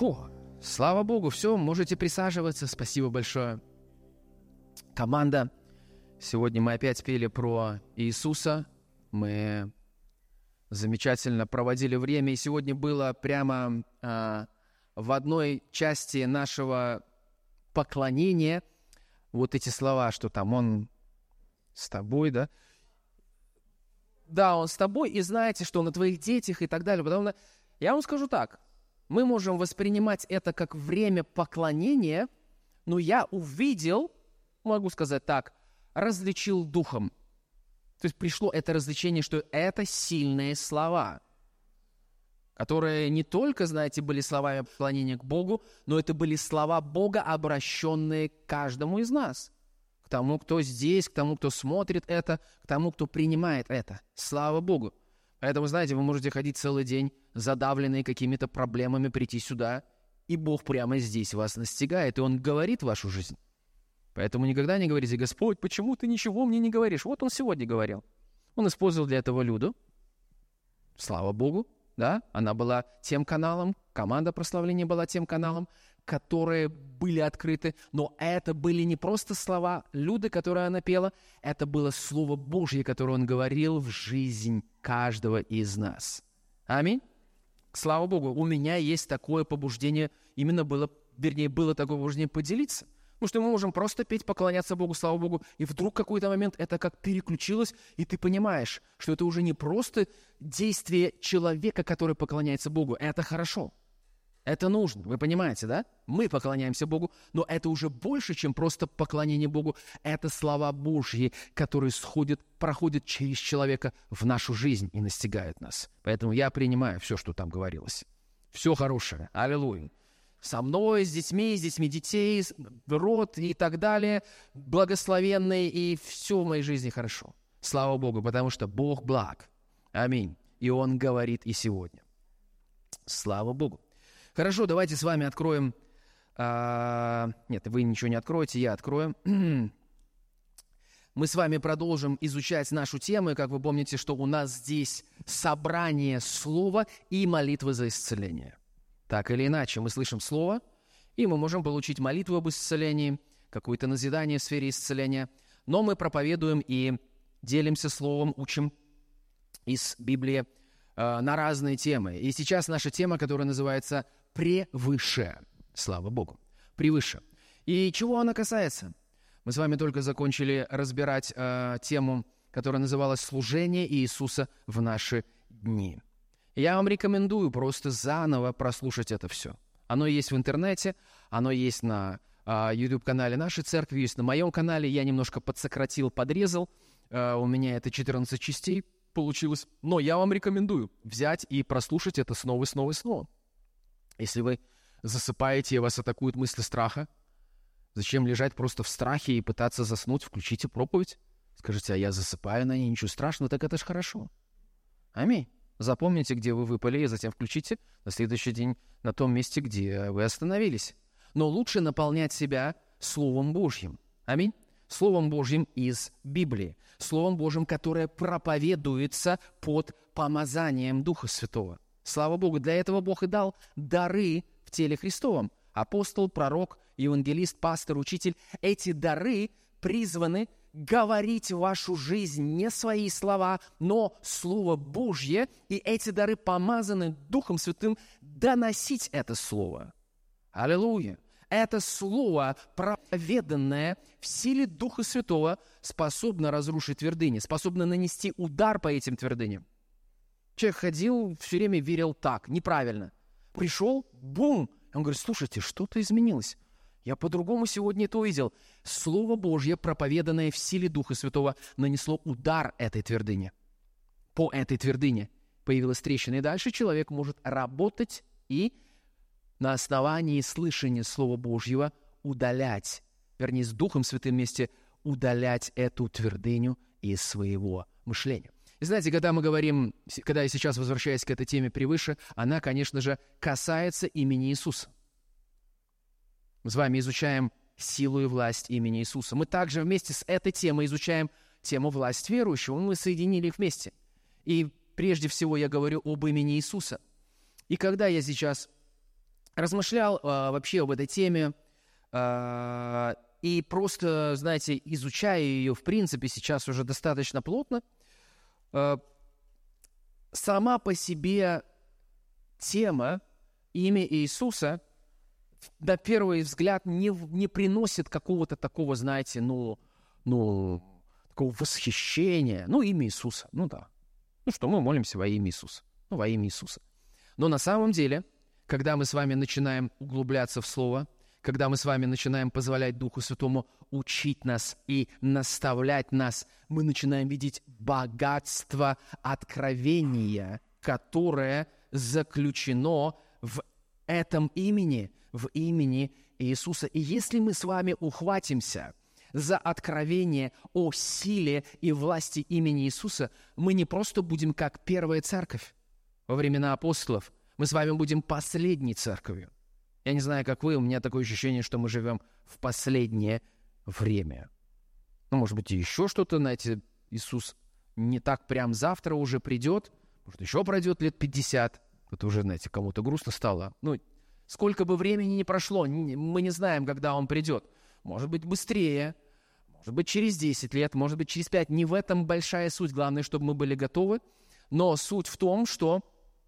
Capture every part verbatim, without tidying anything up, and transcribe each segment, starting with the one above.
Фу, слава Богу, все, можете присаживаться. Спасибо большое. Команда, сегодня мы опять пели про Иисуса. Мы замечательно проводили время, и сегодня было прямо а, в одной части нашего поклонения вот эти слова, что там Он с тобой, да? Да, Он с тобой, и знаете, что Он на твоих детях и так далее. Потому что я вам скажу так, мы можем воспринимать это как время поклонения, но я увидел, могу сказать так, различил духом. То есть пришло это развлечение, что это сильные слова, которые не только, знаете, были словами поклонения к Богу, но это были слова Бога, обращенные к каждому из нас. К тому, кто здесь, к тому, кто смотрит это, к тому, кто принимает это. Слава Богу. Поэтому, знаете, вы можете ходить целый день, задавленные какими-то проблемами, прийти сюда, и Бог прямо здесь вас настигает, и Он говорит в вашу жизнь. Поэтому никогда не говорите: «Господь, почему ты ничего мне не говоришь?» Вот Он сегодня говорил. Он использовал для этого Люду. Слава Богу, да? Она была тем каналом, команда прославления была тем каналом, которые были открыты. Но это были не просто слова Люды, которые она пела, это было Слово Божье, которое Он говорил в жизнь каждого из нас. Аминь. Слава Богу, у меня есть такое побуждение, именно было, вернее, было такое побуждение поделиться. Потому что мы можем просто петь, поклоняться Богу, слава Богу, и вдруг в какой-то момент это как переключилось, и ты понимаешь, что это уже не просто действие человека, который поклоняется Богу. Это хорошо. Это нужно. Вы понимаете, да? Мы поклоняемся Богу, но это уже больше, чем просто поклонение Богу. Это слова Божьи, которые сходят, проходят через человека в нашу жизнь и настигают нас. Поэтому я принимаю все, что там говорилось. Все хорошее. Аллилуйя. Со мной, с детьми, с детьми детей, род и так далее, благословенный, и все в моей жизни хорошо. Слава Богу, потому что Бог благ. Аминь. И Он говорит и сегодня. Слава Богу. Хорошо, давайте с вами откроем... А, нет, вы ничего не откроете, я открою. Мы с вами продолжим изучать нашу тему, и как вы помните, что у нас здесь собрание слова и молитвы за исцеление. Так или иначе, мы слышим Слово, и мы можем получить молитву об исцелении, какое-то назидание в сфере исцеления, но мы проповедуем и делимся Словом, учим из Библии э, на разные темы. И сейчас наша тема, которая называется «Превыше». Слава Богу. «Превыше». И чего она касается? Мы с вами только закончили разбирать э, тему, которая называлась «Служение Иисуса в наши дни». Я вам рекомендую просто заново прослушать это все. Оно есть в интернете, оно есть на а, YouTube-канале нашей церкви, есть на моем канале. Я немножко подсократил, подрезал. А, у меня это четырнадцать частей получилось. Но я вам рекомендую взять и прослушать это снова и снова и снова. Если вы засыпаете, и вас атакуют мысли страха, зачем лежать просто в страхе и пытаться заснуть? Включите проповедь. Скажите: а я засыпаю на ней, ничего страшного, так это ж хорошо. Аминь. Запомните, где вы выпали, и затем включите на следующий день на том месте, где вы остановились. Но лучше наполнять себя Словом Божьим. Аминь. Словом Божьим из Библии. Словом Божьим, которое проповедуется под помазанием Духа Святого. Слава Богу, для этого Бог и дал дары в теле Христовом. Апостол, пророк, евангелист, пастор, учитель. Эти дары призваны говорить в вашу жизнь не свои слова, но Слово Божье, и эти дары помазаны Духом Святым доносить это Слово. Аллилуйя! Это Слово, проповеданное в силе Духа Святого, способно разрушить твердыни, способно нанести удар по этим твердыням. Человек ходил, все время верил так, неправильно. Пришел, бум! Он говорит: слушайте, что-то изменилось. Я по-другому сегодня это увидел. Слово Божье, проповеданное в силе Духа Святого, нанесло удар этой твердыне. По этой твердыне появилась трещина. И дальше человек может работать и на основании слышания Слова Божьего удалять, вернее, с Духом Святым вместе удалять эту твердыню из своего мышления. И знаете, когда мы говорим, когда я сейчас возвращаюсь к этой теме «Превыше», она, конечно же, касается имени Иисуса. Мы с вами изучаем силу и власть имени Иисуса. Мы также вместе с этой темой изучаем тему власть верующего. Мы соединили их вместе. И прежде всего я говорю об имени Иисуса. И когда я сейчас размышлял э, вообще об этой теме, э, и просто, знаете, изучая ее, в принципе, сейчас уже достаточно плотно, э, сама по себе тема имя Иисуса на первый взгляд не, не приносит какого-то такого, знаете, ну, ну, такого восхищения. Ну, имя Иисуса, ну да. Ну что, мы молимся во имя Иисуса. Ну, во имя Иисуса. Но на самом деле, когда мы с вами начинаем углубляться в Слово, когда мы с вами начинаем позволять Духу Святому учить нас и наставлять нас, мы начинаем видеть богатство откровения, которое заключено в этом имени, в имени Иисуса. И если мы с вами ухватимся за откровение о силе и власти имени Иисуса, мы не просто будем как первая церковь во времена апостолов, мы с вами будем последней церковью. Я не знаю, как вы, у меня такое ощущение, что мы живем в последнее время. Ну, может быть, и еще что-то, знаете, Иисус не так прям завтра уже придет, может, еще пройдет лет пятьдесят. Это уже, знаете, кому-то грустно стало. Ну, сколько бы времени ни прошло, мы не знаем, когда Он придет. Может быть, быстрее, может быть, через десять лет, может быть, через пять. Не в этом большая суть. Главное, чтобы мы были готовы. Но суть в том, что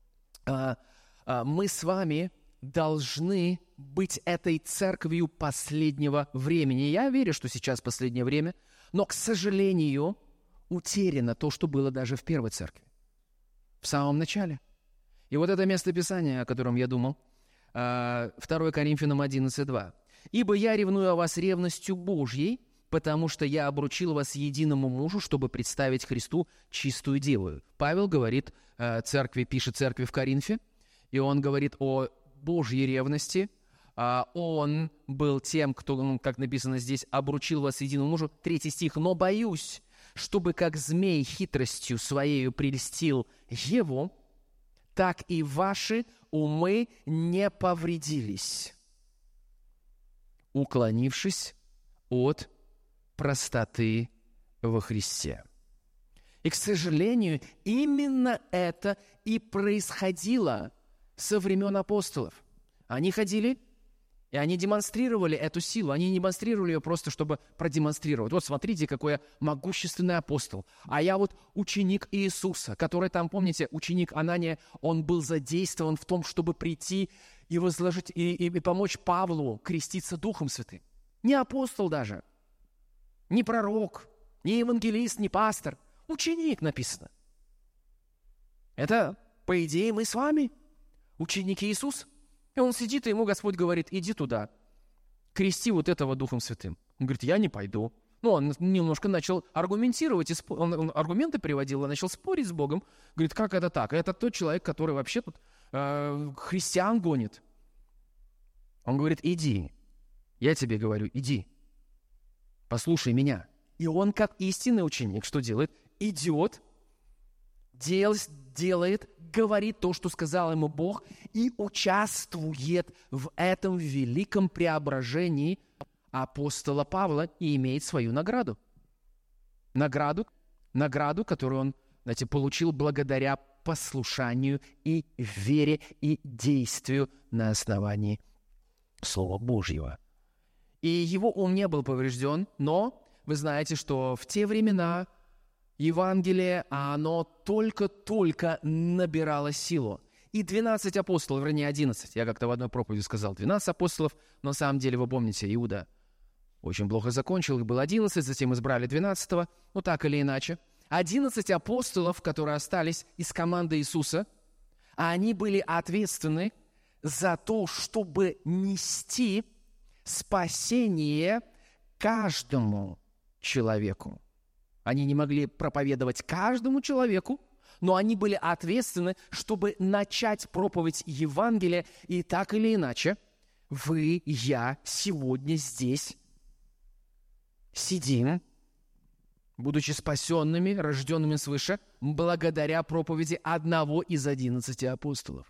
а, а, мы с вами должны быть этой церковью последнего времени. Я верю, что сейчас последнее время, но, к сожалению, утеряно то, что было даже в первой церкви, в самом начале. И вот это местописание, о котором я думал, второе Коринфянам одиннадцать два. «Ибо я ревную о вас ревностью Божьей, потому что я обручил вас единому мужу, чтобы представить Христу чистую деву». Павел говорит церкви, пишет церкви в Коринфе, и он говорит о Божьей ревности. Он был тем, кто, как написано здесь, обручил вас единому мужу. Третий стих. «Но боюсь, чтобы как змей хитростью своею прельстил Еву, так и ваши умы не повредились, уклонившись от простоты во Христе». И, к сожалению, именно это и происходило со времен апостолов. Они ходили, и они демонстрировали эту силу. Они не демонстрировали ее просто, чтобы продемонстрировать. Вот смотрите, какой я могущественный апостол. А я вот ученик Иисуса, который там, помните, ученик Анания, он был задействован в том, чтобы прийти и возложить, и, и, и помочь Павлу креститься Духом Святым. Не апостол даже, не пророк, не евангелист, не пастор. Ученик написано. Это, по идее, мы с вами, ученики Иисуса. И он сидит, и ему Господь говорит: иди туда, крести вот этого Духом Святым. Он говорит: я не пойду. Ну, он немножко начал аргументировать, и спо... он, он аргументы приводил, и начал спорить с Богом. Говорит: как это так? Это тот человек, который вообще тут э, христиан гонит. Он говорит: иди, я тебе говорю, иди, послушай меня. И он, как истинный ученик, что делает? Идет, дел, делает, говорит то, что сказал ему Бог, и участвует в этом великом преображении апостола Павла и имеет свою награду. Награду, награду, которую он, знаете, получил благодаря послушанию и вере и действию на основании Слова Божьего. И его ум не был поврежден, но вы знаете, что в те времена Евангелие, оно только-только набирало силу. И двенадцать апостолов, вернее, одиннадцать, я как-то в одной проповеди сказал двенадцать апостолов, но на самом деле, вы помните, Иуда очень плохо закончил, их было одиннадцать, затем избрали двенадцатого, ну так или иначе. одиннадцать апостолов, которые остались из команды Иисуса, они были ответственны за то, чтобы нести спасение каждому человеку. Они не могли проповедовать каждому человеку, но они были ответственны, чтобы начать проповедь Евангелия. И так или иначе, вы, я сегодня здесь сидим, будучи спасенными, рожденными свыше, благодаря проповеди одного из одиннадцати апостолов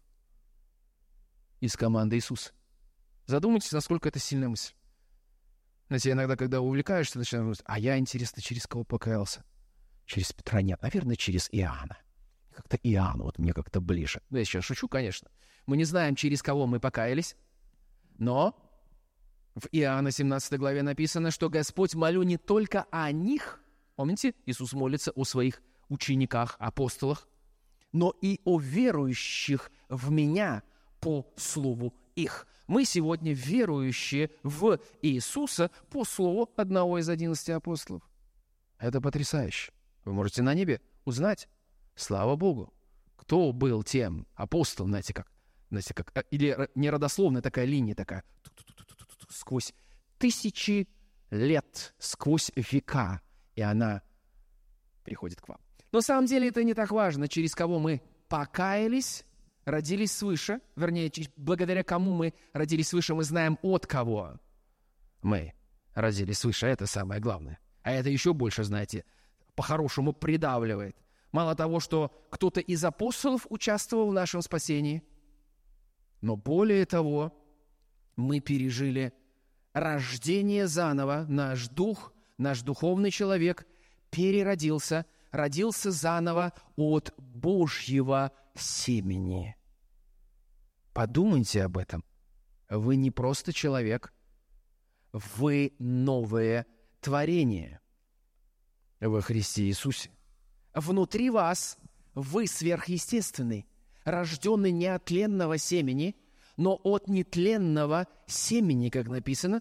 из команды Иисуса. Задумайтесь, насколько это сильная мысль. Знаете, иногда, когда увлекаешься, начинаешь думать: а я, интересно, через кого покаялся? Через Петра? Нет, наверное, через Иоанна. Как-то Иоанн вот мне как-то ближе. Ну, я сейчас шучу, конечно. Мы не знаем, через кого мы покаялись, но в Иоанна семнадцатой главе написано, что Господь, молю не только о них, помните, Иисус молится о своих учениках, апостолах, но и о верующих в Меня по слову их. Мы сегодня верующие в Иисуса по слову одного из одиннадцати апостолов. Это потрясающе. Вы можете на небе узнать, слава Богу, кто был тем апостолом, знаете, как, знаете, как, или неродословная такая линия такая, сквозь тысячи лет, сквозь века, и она приходит к вам. Но на самом деле это не так важно, через кого мы покаялись, родились свыше, вернее, благодаря кому мы родились свыше, мы знаем, от кого мы родились свыше, это самое главное. А это еще больше, знаете, по-хорошему придавливает. Мало того, что кто-то из апостолов участвовал в нашем спасении, но более того, мы пережили рождение заново, наш дух, наш духовный человек переродился, родился заново от Божьего семени. Подумайте об этом. Вы не просто человек, вы новое творение во Христе Иисусе. Внутри вас вы сверхъестественный, рожденный не от тленного семени, но от нетленного семени, как написано.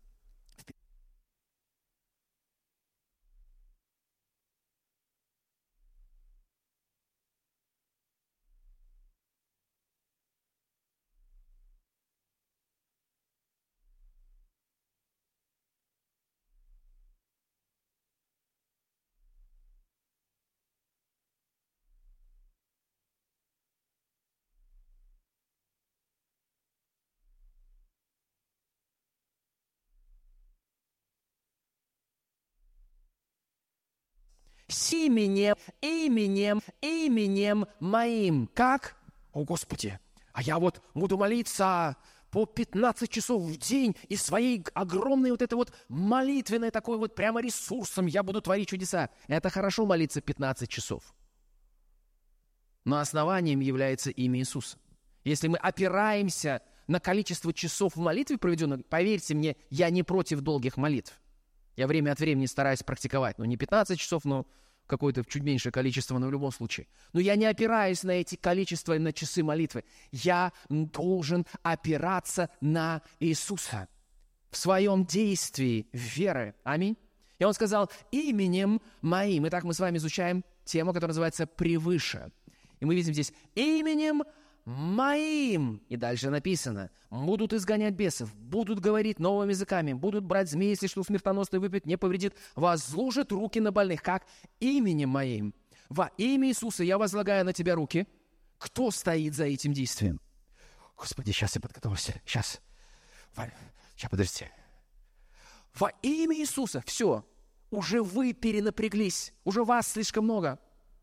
Семенем, именем, именем моим. Как? О, Господи, а я вот буду молиться по пятнадцать часов в день, и своей огромной вот этой вот молитвенной такой вот прямо ресурсом я буду творить чудеса. Это хорошо молиться пятнадцать часов. Но основанием является имя Иисуса. Если мы опираемся на количество часов в молитве проведенных, поверьте мне, я не против долгих молитв. Я время от времени стараюсь практиковать, но не пятнадцать часов, но какое-то чуть меньшее количество, но в любом случае. Но я не опираюсь на эти количества, на часы молитвы. Я должен опираться на Иисуса в своем действии веры. Аминь. И он сказал, именем моим. Итак, мы с вами изучаем тему, которая называется «превыше». И мы видим здесь именем моим. И дальше написано, будут изгонять бесов, будут говорить новыми языками, будут брать змеи, если что смертоносное выпьют, не повредит, возложат руки на больных. Как? Именем моим. Во имя Иисуса я возлагаю на тебя руки. Кто стоит за этим действием? Господи, сейчас я подготовился. Сейчас. Сейчас, подождите. Во имя Иисуса. Все. Уже вы перенапряглись. Уже вас слишком много.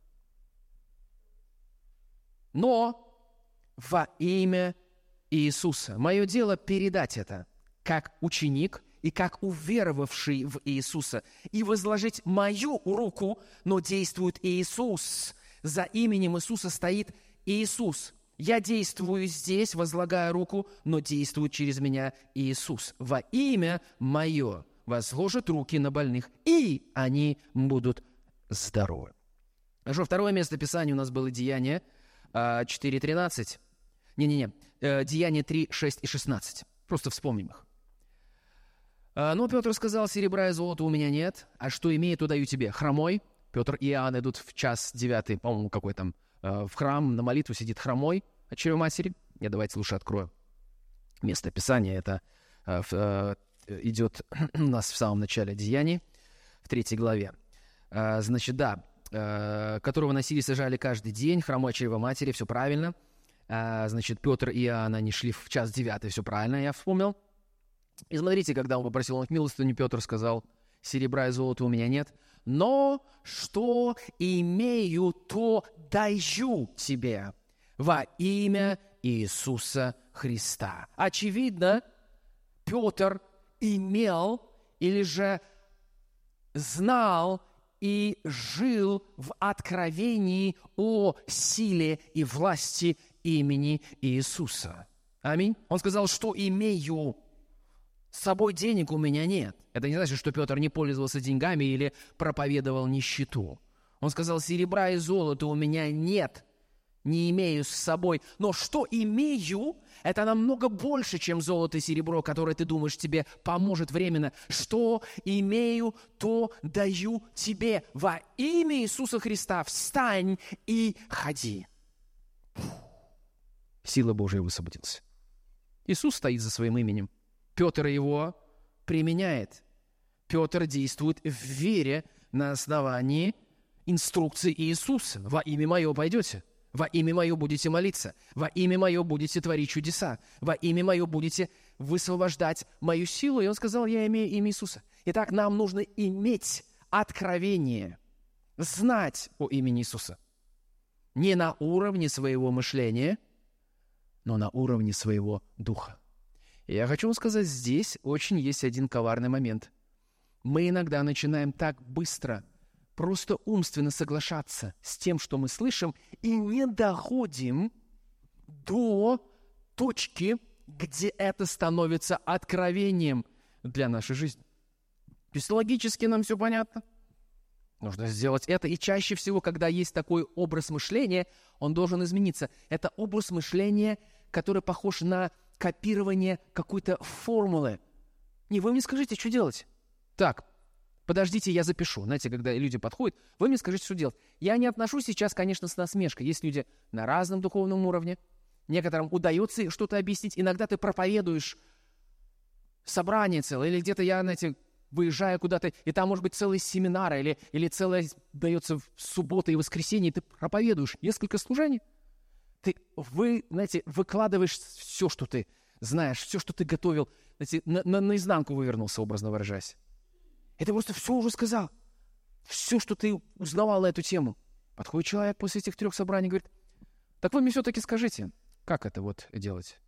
Но во имя Иисуса. Мое дело передать это, как ученик и как уверовавший в Иисуса, и возложить мою руку, но действует Иисус. За именем Иисуса стоит Иисус. Я действую здесь, возлагая руку, но действует через меня Иисус. Во имя мое возложат руки на больных, и они будут здоровы. Хорошо, второе место Писания у нас было Деяние четыре тринадцать. Не-не-не, Деяния три, шесть и шестнадцать. Просто вспомним их. Но Петр сказал, серебра и золота у меня нет, а что имею, то даю тебе. Хромой. Петр и Иоанн идут в час девятый, по-моему, какой там, в храм, на молитву сидит хромой от чревоматери. Я давайте лучше открою место Писания. Это идет у нас в самом начале Деяний, в третьей главе. Значит, да, которого носили и сажали каждый день, хромой от чревоматери, все правильно. Значит, Петр и Иоанн, они шли в час девятый, все правильно, я вспомнил. И смотрите, когда он попросил у них милостыню, Петр сказал, серебра и золота у меня нет, но что имею, то даю тебе во имя Иисуса Христа. Очевидно, Петр имел или же знал и жил в откровении о силе и власти имени Иисуса. Аминь. Он сказал, что имею, с собой денег у меня нет. Это не значит, что Петр не пользовался деньгами или проповедовал нищету. Он сказал, серебра и золота у меня нет, не имею с собой. Но что имею, это намного больше, чем золото и серебро, которое ты думаешь тебе поможет временно. Что имею, то даю тебе. Во имя Иисуса Христа встань и ходи. Сила Божия высвободилась. Иисус стоит за своим именем. Петр его применяет. Петр действует в вере на основании инструкции Иисуса. Во имя Мое пойдете. Во имя Мое будете молиться. Во имя Мое будете творить чудеса. Во имя Мое будете высвобождать Мою силу. И он сказал, я имею имя Иисуса. Итак, нам нужно иметь откровение, знать о имени Иисуса. Не на уровне своего мышления, но на уровне своего духа. И я хочу вам сказать, здесь очень есть один коварный момент. Мы иногда начинаем так быстро просто умственно соглашаться с тем, что мы слышим, и не доходим до точки, где это становится откровением для нашей жизни. То есть логически нам все понятно. Нужно сделать это. И чаще всего, когда есть такой образ мышления, он должен измениться. Это образ мышления, который похож на копирование какой-то формулы. Не, вы мне скажите, что делать? Так, подождите, я запишу. Знаете, когда люди подходят, вы мне скажите, что делать. Я не отношусь сейчас, конечно, с насмешкой. Есть люди на разном духовном уровне. Некоторым удается что-то объяснить. Иногда ты проповедуешь собрание целое, или где-то я, знаете, выезжаю куда-то, и там, может быть, целый семинар, или, или целое дается в субботу и воскресенье, и ты проповедуешь несколько служений. Ты, вы, знаете, выкладываешь все, что ты знаешь, все, что ты готовил, знаете, на, на, наизнанку вывернулся, образно выражаясь. И ты просто все уже сказал. Все, что ты узнавал на эту тему. Подходит человек после этих трех собраний и говорит, так вы мне все-таки скажите, как это вот делать?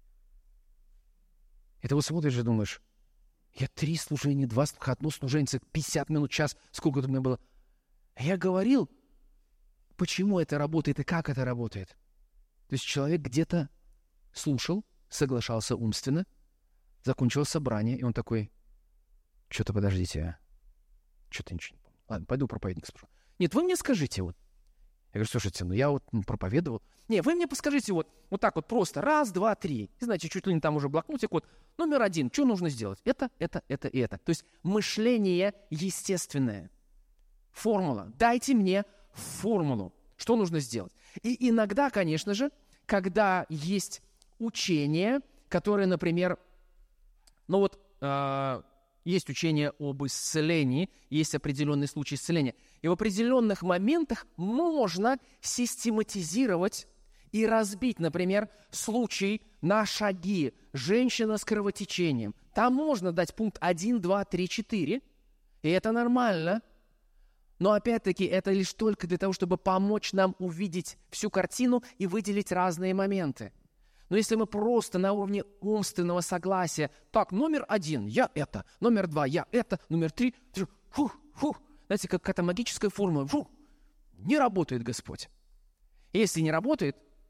И ты вот смотришь и думаешь, я три служения, два, одно служение, пятьдесят минут, час, сколько это у меня было. Я говорил, почему это работает и как это работает. То есть человек где-то слушал, соглашался умственно, закончилось собрание, и он такой, что-то подождите, а? Что-то ничего не помню. Ладно, пойду проповедника спрошу. Нет, вы мне скажите вот. Я говорю, слушайте, ну я вот ну, проповедовал. Не, вы мне подскажите вот, вот так вот просто, раз, два, три. И знаете, чуть ли не там уже блокнотик, вот, номер один, что нужно сделать? Это, это, это и это. То есть мышление естественное. Формула. Дайте мне формулу, что нужно сделать. И иногда, конечно же, когда есть учение, которое, например, ну вот, э, есть учение об исцелении, есть определенный случай исцеления. И в определенных моментах можно систематизировать и разбить, например, случай на шаги. Женщина с кровотечением. Там можно дать пункт один, два, три, четыре, и это нормально. Но опять-таки это лишь только для того, чтобы помочь нам увидеть всю картину и выделить разные моменты. Но если мы просто на уровне умственного согласия, так, номер один, я это, номер два, я это, номер три, фух, фух, знаете, как какая-то магическая формула, фух, не работает Господь. И если не работает,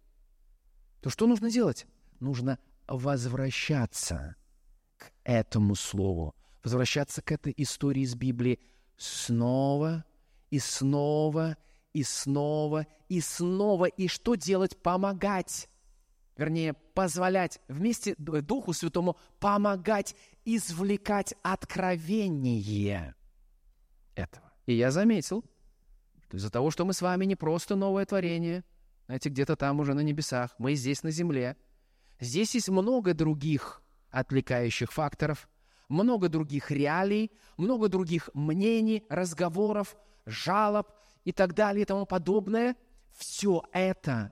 то что нужно делать? Нужно возвращаться к этому слову, возвращаться к этой истории из Библии снова и снова, и снова, и снова. И что делать? Помогать. Вернее, позволять вместе Духу Святому помогать извлекать откровение этого. И я заметил, что из-за того, что мы с вами не просто новое творение, знаете, где-то там уже на небесах, мы здесь на земле, здесь есть много других отвлекающих факторов, много других реалий, много других мнений, разговоров, жалоб и так далее и тому подобное. Все это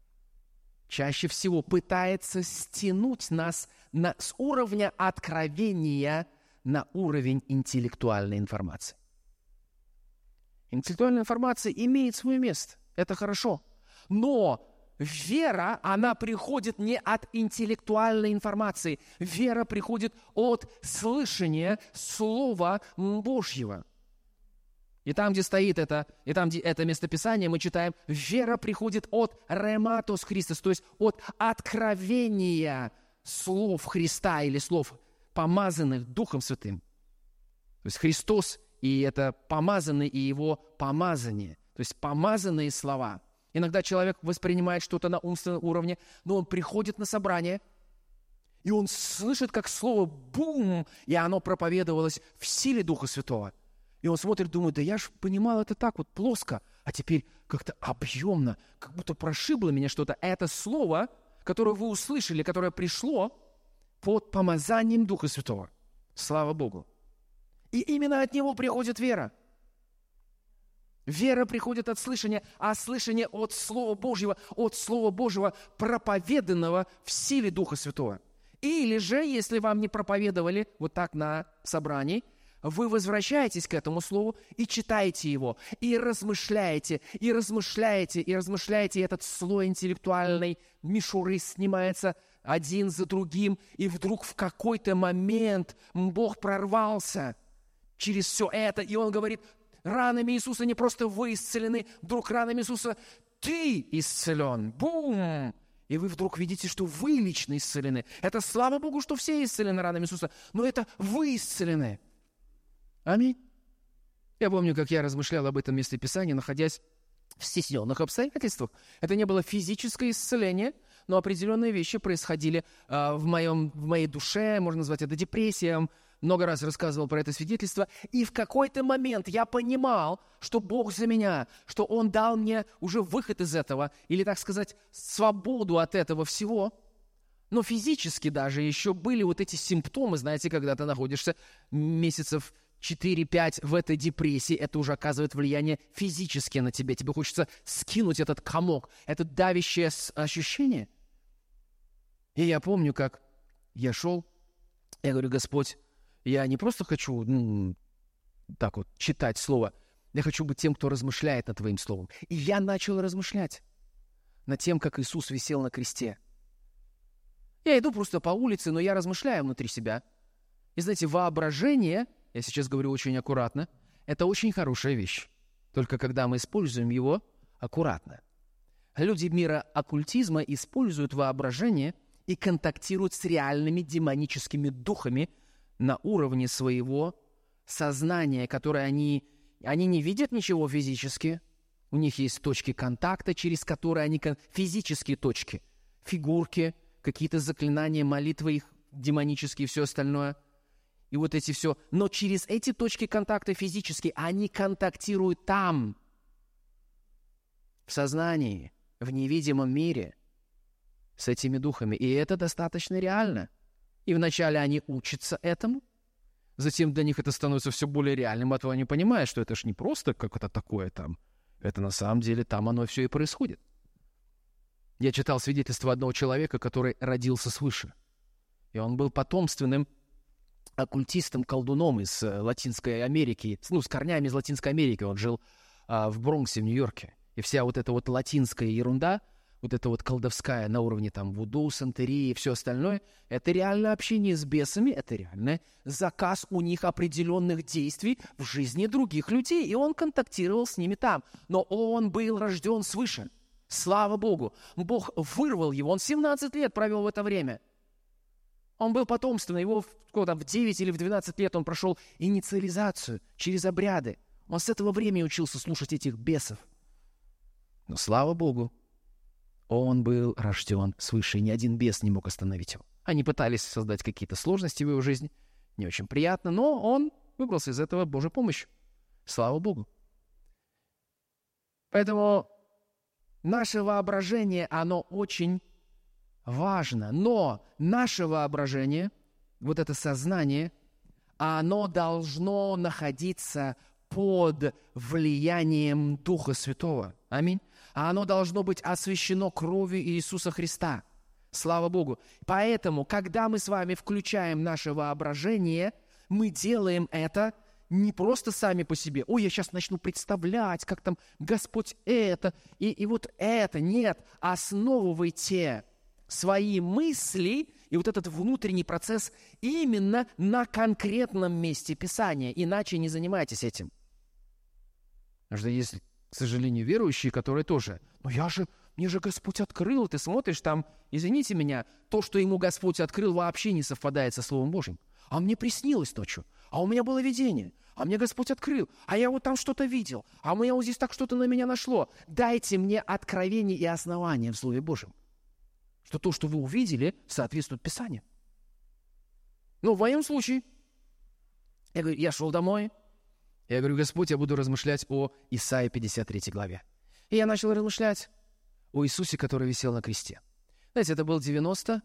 чаще всего пытается стянуть нас на, с уровня откровения на уровень интеллектуальной информации. Интеллектуальная информация имеет свое место. Это хорошо. Но вера, она приходит не от интеллектуальной информации. Вера приходит от слышания Слова Божьего. И там, где стоит это, и там, где это местописание, мы читаем, вера приходит от рематос Христос, то есть от откровения слов Христа или слов, помазанных Духом Святым. То есть Христос, и это помазанный, и Его помазание. То есть помазанные слова. Иногда человек воспринимает что-то на умственном уровне, но он приходит на собрание, и он слышит, как слово «бум», и оно проповедовалось в силе Духа Святого. И он смотрит, думает, да я же понимал это так вот плоско, а теперь как-то объемно, как будто прошибло меня что-то. Это слово, которое вы услышали, которое пришло под помазанием Духа Святого. Слава Богу. И именно от него приходит вера. Вера приходит от слышания, а слышание от Слова Божьего, от Слова Божьего, проповеданного в силе Духа Святого. Или же, если вам не проповедовали вот так на собрании, вы возвращаетесь к этому слову и читаете его, и размышляете, и размышляете, и размышляете, и этот слой интеллектуальной мишуры снимается один за другим, и вдруг в какой-то момент Бог прорвался через все это, и Он говорит, ранами Иисуса не просто вы исцелены, вдруг ранами Иисуса ты исцелен. Бум! И вы вдруг видите, что вы лично исцелены. Это слава Богу, что все исцелены ранами Иисуса, но это вы исцелены. Аминь. Я помню, как я размышлял об этом месте Писания, находясь в стесненных обстоятельствах. Это не было физическое исцеление, но определенные вещи происходили э, в, моем, в моей душе, можно назвать это депрессией. Много раз рассказывал про это свидетельство. И в какой-то момент я понимал, что Бог за меня, что Он дал мне уже выход из этого, или, так сказать, свободу от этого всего. Но физически даже еще были вот эти симптомы, знаете, когда ты находишься месяцев четыре-пять в этой депрессии, это уже оказывает влияние физически на тебя. Тебе хочется скинуть этот комок, это давящее ощущение. И я помню, как я шел, я говорю, Господь, я не просто хочу ну, так вот читать Слово, я хочу быть тем, кто размышляет над Твоим Словом. И я начал размышлять над тем, как Иисус висел на кресте. Я иду просто по улице, но я размышляю внутри себя. И знаете, воображение, я сейчас говорю очень аккуратно, это очень хорошая вещь. Только когда мы используем его аккуратно. Люди мира оккультизма используют воображение и контактируют с реальными демоническими духами на уровне своего сознания, которое они, они не видят ничего физически. У них есть точки контакта, через которые они... Физические точки, фигурки, какие-то заклинания, молитвы их демонические и все остальное. И вот эти все. Но через эти точки контакта физические они контактируют там, в сознании, в невидимом мире с этими духами. И это достаточно реально. И вначале они учатся этому, затем для них это становится все более реальным, а то они понимают, что это ж не просто как-то такое там. Это на самом деле там оно все и происходит. Я читал свидетельство одного человека, который родился свыше. И он был потомственным оккультистом, колдуном из Латинской Америки, ну, с корнями из Латинской Америки. Он жил а, в Бронксе, в Нью-Йорке. И вся вот эта вот латинская ерунда, вот эта вот колдовская на уровне там вуду, сантерии и все остальное, это реальное общение с бесами, это реальный заказ у них определенных действий в жизни других людей, и он контактировал с ними там. Но он был рожден свыше. Слава Богу! Бог вырвал его, он семнадцать лет провел в это время. Он был потомственный, его в, там, в девять или в двенадцать лет он прошел инициализацию через обряды. Он с этого времени учился слушать этих бесов. Но слава Богу, он был рожден свыше, и ни один бес не мог остановить его. Они пытались создать какие-то сложности в его жизни, не очень приятно, но он выбрался из этого Божьей помощью. Слава Богу. Поэтому наше воображение, оно очень важно. Но наше воображение, вот это сознание, оно должно находиться под влиянием Духа Святого. Аминь. А оно должно быть освящено кровью Иисуса Христа. Слава Богу. Поэтому, когда мы с вами включаем наше воображение, мы делаем это не просто сами по себе. Ой, я сейчас начну представлять, как там Господь это, и, и вот это. Нет, основывайте свои мысли и вот этот внутренний процесс именно на конкретном месте Писания. Иначе не занимайтесь этим. Потому что есть, к сожалению, верующие, которые тоже, ну я же, мне же Господь открыл, ты смотришь там, извините меня, то, что ему Господь открыл, вообще не совпадает со Словом Божьим. А мне приснилось ночью, а у меня было видение, а мне Господь открыл, а я вот там что-то видел, а у меня вот здесь так что-то на меня нашло. Дайте мне откровение и основание в Слове Божьем, что то, что вы увидели, соответствует Писанию. Ну, в моем случае, я говорю, я шел домой, я говорю, Господь, я буду размышлять о Исаии пятьдесят третьей главе. И я начал размышлять о Иисусе, который висел на кресте. Знаете, это был девяносто...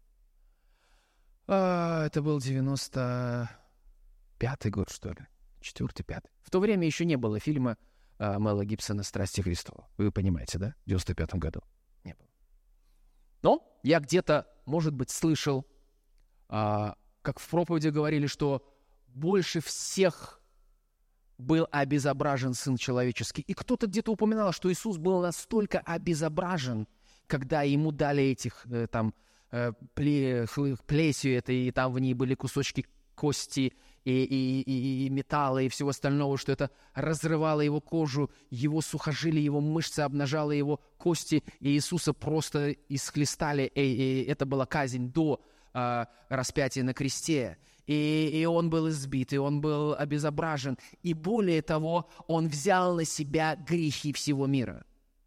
А, это был девяносто пятый год, что ли? Четвертый, пятый. В то время еще не было фильма а, Мела Гибсона «Страсти Христова». Вы понимаете, да? В девяносто пятом году. Не было. Но я где-то, может быть, слышал, а, как в проповеди говорили, что больше всех был обезображен Сын Человеческий. И кто-то где-то упоминал, что Иисус был настолько обезображен, когда ему дали этих э, там пле, плесью этой, и там в ней были кусочки кости и, и, и, и металла и всего остального, что это разрывало его кожу, его сухожилия, его мышцы, обнажало его кости, и Иисуса просто исхлестали, и, и это была казнь до а, распятия на кресте. И, и он был избит, и он был обезображен. И более того, он взял на себя грехи всего мира.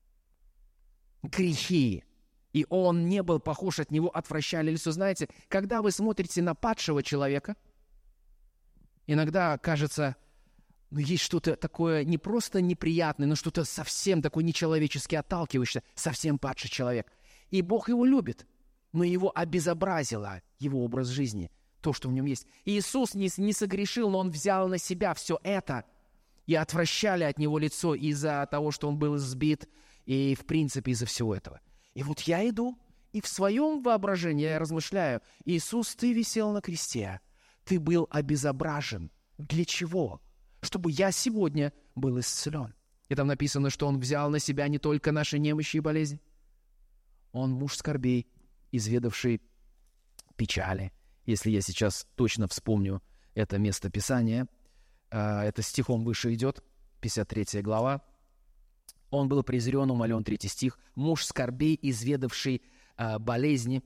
Грехи. И он не был похож, от него отвращали лицо. Знаете, когда вы смотрите на падшего человека, иногда кажется, ну, есть что-то такое не просто неприятное, но что-то совсем такое нечеловечески отталкивающее, совсем падший человек. И Бог его любит, но его обезобразило его образ жизни, то, что в нем есть. И Иисус не, не согрешил, но Он взял на себя все это, и отвращали от Него лицо из-за того, что Он был избит, и, в принципе, из-за всего этого. И вот я иду, и в своем воображении я размышляю, Иисус, Ты висел на кресте, Ты был обезображен. Для чего? Чтобы я сегодня был исцелен. И там написано, что Он взял на себя не только наши немощи и болезни. Он муж скорбей, изведавший печали. Если я сейчас точно вспомню это место Писания, это стихом выше идет, пятьдесят третья глава. Он был презрен, умолен, третий стих. Муж скорбей, изведавший э, болезни.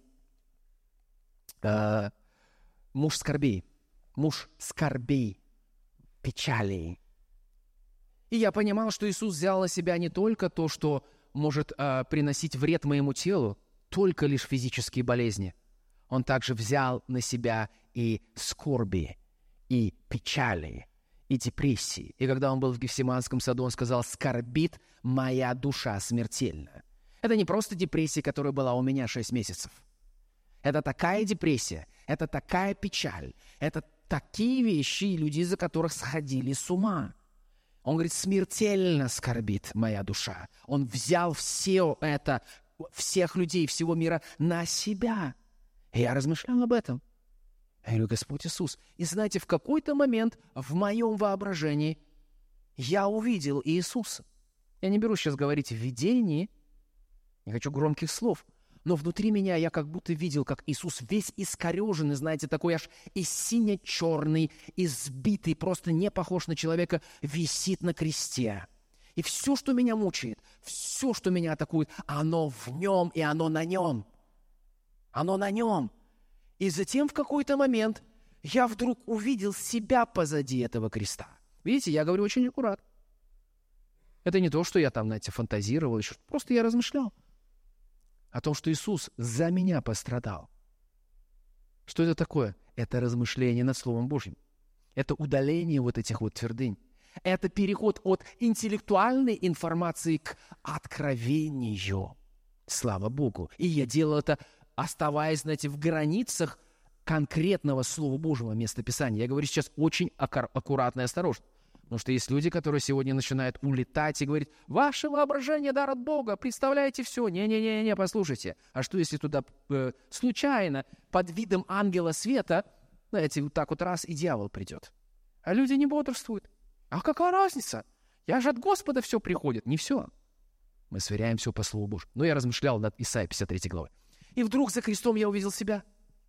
Э, муж скорбей. Муж скорбей, печалей. И я понимал, что Иисус взял на себя не только то, что может э, приносить вред моему телу, только лишь физические болезни. Он также взял на себя и скорби, и печали, и депрессии. И когда он был в Гефсиманском саду, он сказал: «Скорбит моя душа смертельно». Это не просто депрессия, которая была у меня шесть месяцев. Это такая депрессия, это такая печаль, это такие вещи, люди, из-за которых сходили с ума. Он говорит: смертельно скорбит моя душа. Он взял все это, всех людей всего мира на себя. И я размышлял об этом. Я говорю: Господь Иисус. И знаете, в какой-то момент в моем воображении я увидел Иисуса. Я не беру сейчас говорить в видении, не хочу громких слов, но внутри меня я как будто видел, как Иисус весь искореженный, знаете, такой аж и сине-черный, избитый, просто не похож на человека, висит на кресте. И все, что меня мучает, все, что меня атакует, оно в нем и оно на нем. Оно на нем. И затем в какой-то момент я вдруг увидел себя позади этого креста. Видите, я говорю очень аккуратно. Это не то, что я там, знаете, фантазировал, еще, просто я размышлял о том, что Иисус за меня пострадал. Что это такое? Это размышление над Словом Божьим. Это удаление вот этих вот твердынь. Это переход от интеллектуальной информации к откровению. Слава Богу. И я делал это, оставаясь, знаете, в границах конкретного Слова Божьего местописания. Я говорю сейчас очень аккуратно и осторожно. Потому что есть люди, которые сегодня начинают улетать и говорить: ваше воображение дар от Бога, представляете все. Не-не-не, послушайте. А что, если туда э, случайно, под видом ангела света, знаете, вот так вот раз, и дьявол придет? А люди не бодрствуют. А какая разница? Я же от Господа все приходит. Не все. Мы сверяем все по Слову Божьему. Но я размышлял над Исаией пятьдесят третьей главой. И вдруг за крестом я увидел себя.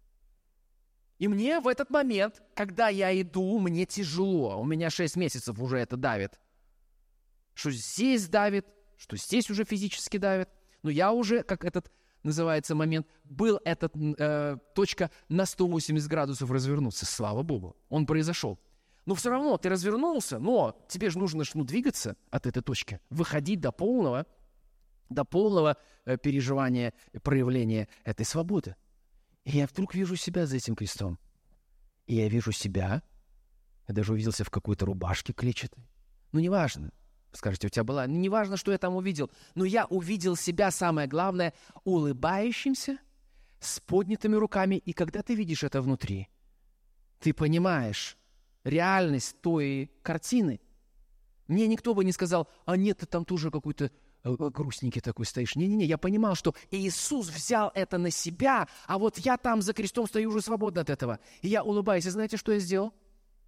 И мне в этот момент, когда я иду, мне тяжело. У меня шесть месяцев уже это давит. что здесь давит, что здесь уже физически давит. Но я уже, как этот называется момент, был эта э, точка на сто восемьдесят градусов развернуться. Слава Богу, он произошел. Но все равно ты развернулся, но тебе же нужно ну, двигаться от этой точки, выходить до полного, до полного э, переживания, проявления этой свободы. И я вдруг вижу себя за этим крестом. И я вижу себя, я даже увиделся в какой-то рубашке клетчатой. Ну, неважно. Скажете, у тебя была... Ну, неважно, что я там увидел. Но я увидел себя, самое главное, улыбающимся, с поднятыми руками. И когда ты видишь это внутри, ты понимаешь реальность той картины. Мне никто бы не сказал, а нет, ты там тоже какой-то грустненький такой стоишь. Не-не-не, я понимал, что Иисус взял это на себя, а вот я там за крестом стою уже свободно от этого. И я улыбаюсь. И знаете, что я сделал?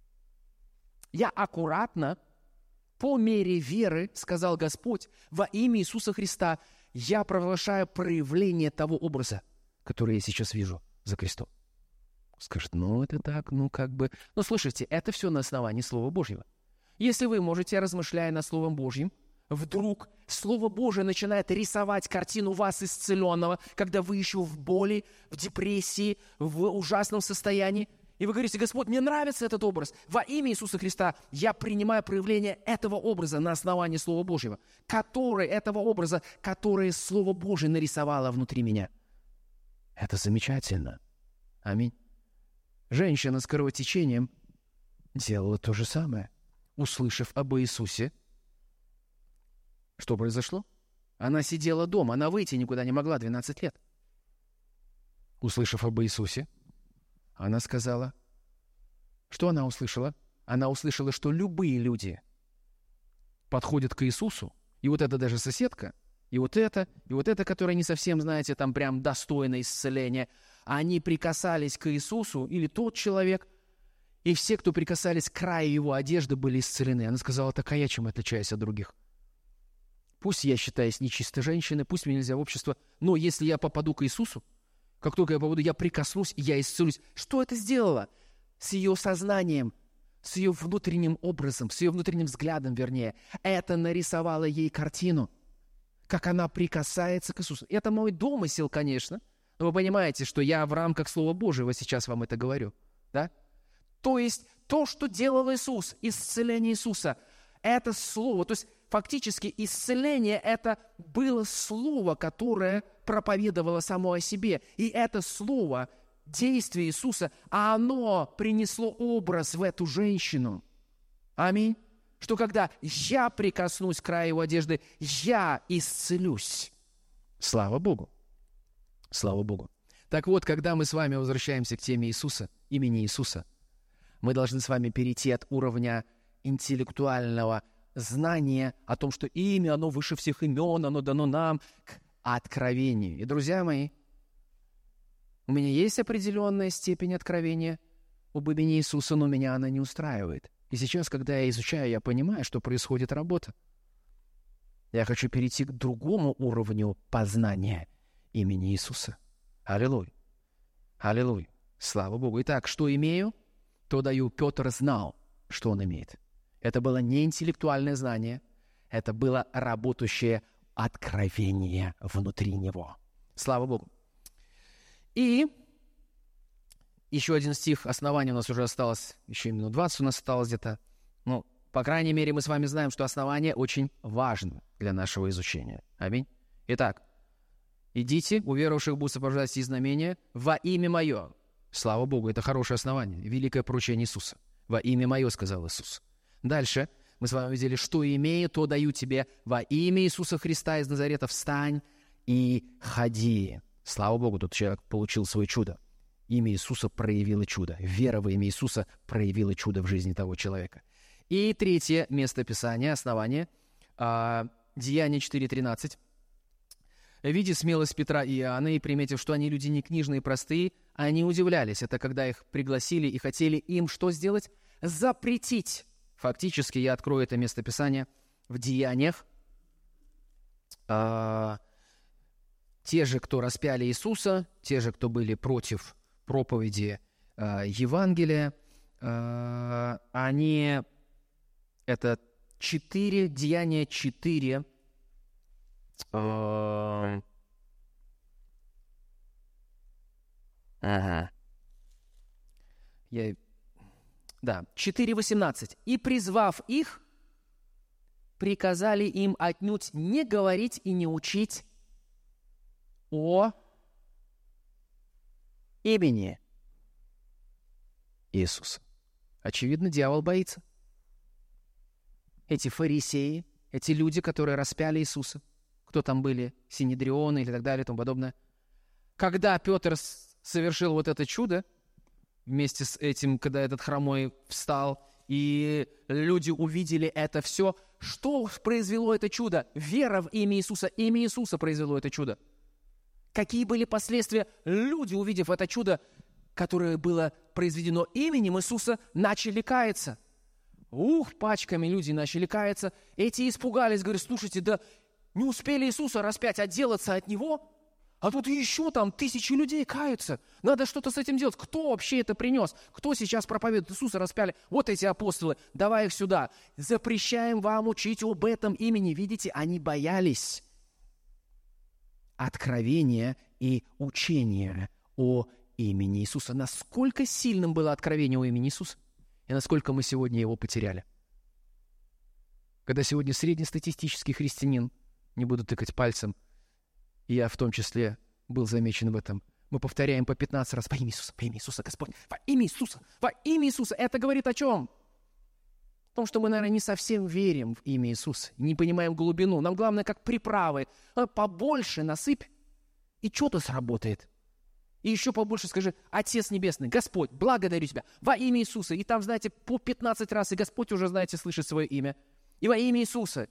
Я аккуратно, по мере веры, сказал Господь, во имя Иисуса Христа, я провозглашаю проявление того образа, который я сейчас вижу за крестом. Скажет, ну это так, ну как бы... Но слушайте, это все на основании Слова Божьего. Если вы можете, размышляя над Словом Божьим, вдруг Слово Божие начинает рисовать картину вас исцеленного, когда вы еще в боли, в депрессии, в ужасном состоянии, и вы говорите, Господь, мне нравится этот образ. Во имя Иисуса Христа я принимаю проявление этого образа на основании Слова Божьего, который, этого образа, который Слово Божие нарисовало внутри меня. Это замечательно. Аминь. Женщина с кровотечением делала то же самое. Услышав об Иисусе, что произошло? Она сидела дома, она выйти никуда не могла двенадцать лет. Услышав об Иисусе, она сказала, что она услышала? Она услышала, что любые люди подходят к Иисусу, и вот эта даже соседка, и вот это, и вот это, которая не совсем, знаете, там прям достойна исцеления, они прикасались к Иисусу, или тот человек, и все, кто прикасались к краю его одежды, были исцелены. Она сказала, так а я чем отличаюсь от других? Пусть я считаюсь нечистой женщиной, пусть мне нельзя в общество, но если я попаду к Иисусу, как только я попаду, я прикоснусь, и я исцелюсь. Что это сделало? С ее сознанием, с ее внутренним образом, с ее внутренним взглядом, вернее. Это нарисовало ей картину, как она прикасается к Иисусу. Это мой домысел, конечно, но вы понимаете, что я в рамках Слова Божьего сейчас вам это говорю. Да? То есть то, что делал Иисус, исцеление Иисуса, это Слово, то есть фактически исцеление – это было Слово, которое проповедовало само о себе. И это Слово, действие Иисуса, а оно принесло образ в эту женщину. Аминь. Что когда я прикоснусь к краю его одежды, я исцелюсь. Слава Богу. Слава Богу. Так вот, когда мы с вами возвращаемся к теме Иисуса, имени Иисуса, мы должны с вами перейти от уровня интеллектуального знания о том, что имя, оно выше всех имен, оно дано нам, к откровению. И, друзья мои, у меня есть определенная степень откровения об имени Иисуса, но меня она не устраивает. И сейчас, когда я изучаю, я понимаю, что происходит работа. Я хочу перейти к другому уровню познания имени Иисуса. Аллилуйя. Аллилуйя. Слава Богу. Итак, что имею, то даю. Петр знал, что он имеет. Это было не интеллектуальное знание, это было работающее откровение внутри него. Слава Богу. И еще один стих, основание у нас уже осталось, еще минут двадцать у нас осталось где-то. Ну, по крайней мере, мы с вами знаем, что основание очень важно для нашего изучения. Аминь. Итак, идите, уверовавших будут сопровождать сии знамения во имя мое. Слава Богу, это хорошее основание, великое поручение Иисуса. Во имя мое, сказал Иисус. Дальше мы с вами видели, что имею, то даю тебе во имя Иисуса Христа из Назарета. Встань и ходи. Слава Богу, тут человек получил свое чудо. Имя Иисуса проявило чудо. Вера во имя Иисуса проявила чудо в жизни того человека. И третье место Писания, основание, а, Деяния четыре тринадцать. «Видя смелость Петра и Иоанна и приметив, что они люди не книжные и простые, они удивлялись». Это когда их пригласили и хотели им что сделать? Запретить. Фактически, я открою это местописание в Деяниях. А, те же, кто распяли Иисуса, те же, кто были против проповеди а, Евангелия, а, они, это четыре, Деяния четыре. Ага. Я... Да, четыре восемнадцать. «И, призвав их, приказали им отнюдь не говорить и не учить о имени Иисуса». Очевидно, дьявол боится. Эти фарисеи, эти люди, которые распяли Иисуса, кто там были, синедрионы или так далее и тому подобное. Когда Петр совершил вот это чудо, вместе с этим, когда этот хромой встал, и люди увидели это все, что произвело это чудо? Вера в имя Иисуса. Имя Иисуса произвело это чудо. Какие были последствия? Люди, увидев это чудо, которое было произведено именем Иисуса, начали каяться. Ух, пачками люди начали каяться. Эти испугались, говорят, слушайте, да не успели Иисуса распять, отделаться от Него, а тут еще там тысячи людей каются. Надо что-то с этим делать. Кто вообще это принес? Кто сейчас проповедует? Иисуса распяли. Вот эти апостолы. Давай их сюда. Запрещаем вам учить об этом имени. Видите, они боялись откровения и учения о имени Иисуса. Насколько сильным было откровение о имени Иисуса? И насколько мы сегодня его потеряли? Когда сегодня среднестатистический христианин, не буду тыкать пальцем, и я в том числе был замечен в этом, мы повторяем по пятнадцать раз: во имя Иисуса, во имя Иисуса, Господь, во имя Иисуса, во имя Иисуса. Это говорит о чем? О том, что мы, наверное, не совсем верим в имя Иисуса, не понимаем глубину. Нам главное, как приправы, побольше насыпь, и что-то сработает. И еще побольше скажи: Отец Небесный, Господь, благодарю Тебя во имя Иисуса. И там, знаете, по пятнадцать раз, и Господь уже, знаете, слышит свое имя. И во имя Иисуса.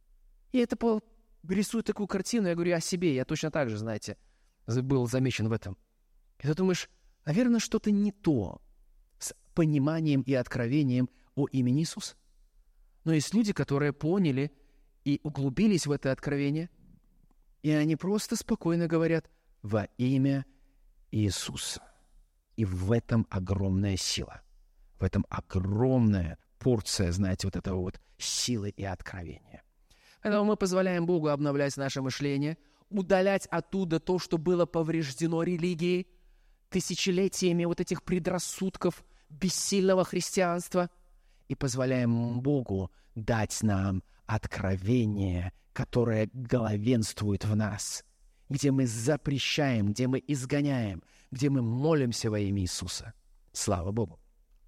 И это по... рисует такую картину, я говорю о себе, я точно так же, знаете, был замечен в этом. И ты думаешь, наверное, что-то не то с пониманием и откровением о имени Иисуса. Но есть люди, которые поняли и углубились в это откровение, и они просто спокойно говорят: во имя Иисуса. И в этом огромная сила, в этом огромная порция, знаете, вот этого вот силы и откровения. Поэтому мы позволяем Богу обновлять наше мышление, удалять оттуда то, что было повреждено религией, тысячелетиями вот этих предрассудков бессильного христианства, и позволяем Богу дать нам откровение, которое главенствует в нас, где мы запрещаем, где мы изгоняем, где мы молимся во имя Иисуса. Слава Богу!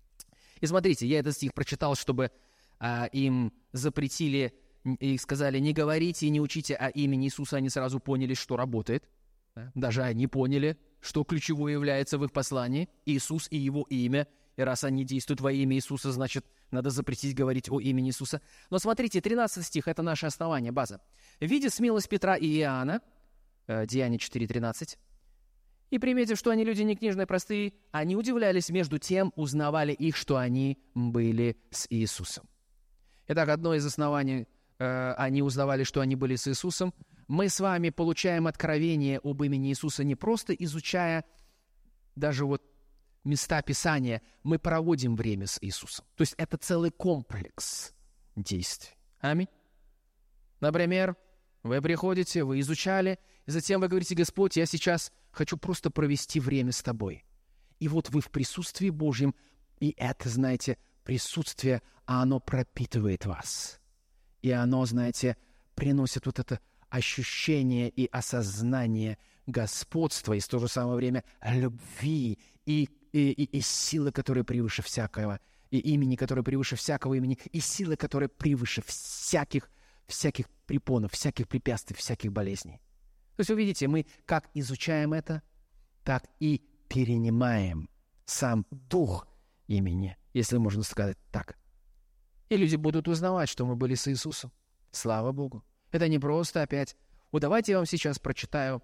И смотрите, я этот стих прочитал, чтобы а, им запретили и сказали: не говорите и не учите о имени Иисуса. Они сразу поняли, что работает. Даже они поняли, что ключевое является в их послании. Иисус и Его имя. И раз они действуют во имя Иисуса, значит, надо запретить говорить о имени Иисуса. Но смотрите, тринадцатый стих – это наше основание, база. «Видя смелость Петра и Иоанна», Деяния четыре тринадцать, «и приметив, что они люди не книжные, простые, они удивлялись, между тем узнавали их, что они были с Иисусом». Итак, одно из оснований – они узнавали, что они были с Иисусом. Мы с вами получаем откровение об имени Иисуса не просто изучая даже вот места Писания, мы проводим время с Иисусом. То есть это целый комплекс действий. Аминь. Например, вы приходите, вы изучали, и затем вы говорите: Господь, я сейчас хочу просто провести время с Тобой. И вот вы в присутствии Божьем, и это, знаете, присутствие, а оно пропитывает вас. И оно, знаете, приносит вот это ощущение и осознание господства, и в то же самое время любви, и, и, и, и силы, которые превыше всякого, и имени, которое превыше всякого имени, и силы, которые превыше всяких, всяких препонов, всяких препятствий, всяких болезней. То есть вы видите, мы как изучаем это, так и перенимаем сам дух имени, если можно сказать так. И люди будут узнавать, что мы были с Иисусом. Слава Богу. Это не просто опять: вот давайте я вам сейчас прочитаю